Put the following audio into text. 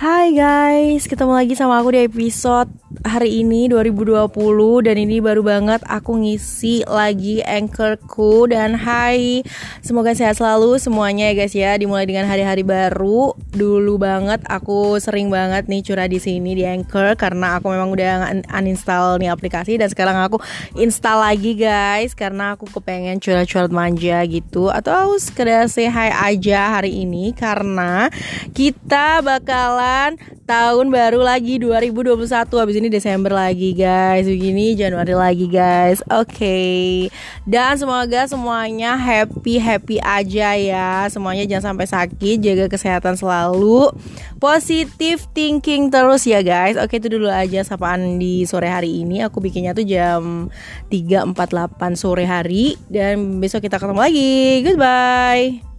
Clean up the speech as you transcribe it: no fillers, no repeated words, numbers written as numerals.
Hai guys, ketemu lagi sama aku di episode hari ini 2020. Dan ini baru banget aku ngisi lagi Anchorku. Dan hai, semoga sehat selalu semuanya ya guys ya. Dimulai dengan hari-hari baru. Dulu banget aku sering banget nih curhat di sini di Anchor, karena aku memang udah uninstall nih aplikasi. Dan sekarang aku install lagi guys, karena aku kepengen curhat-curhat manja gitu, atau sekedar say hi aja hari ini. Karena kita bakalan tahun baru lagi 2021. Habis ini Desember lagi guys, begini Januari lagi guys. Oke. Dan semoga semuanya happy aja ya. Semuanya jangan sampai sakit, jaga kesehatan selalu, positive thinking terus ya guys. Oke, itu dulu aja sapaan di sore hari ini. Aku bikinnya tuh jam 3.48 sore hari. Dan besok kita ketemu lagi. Goodbye.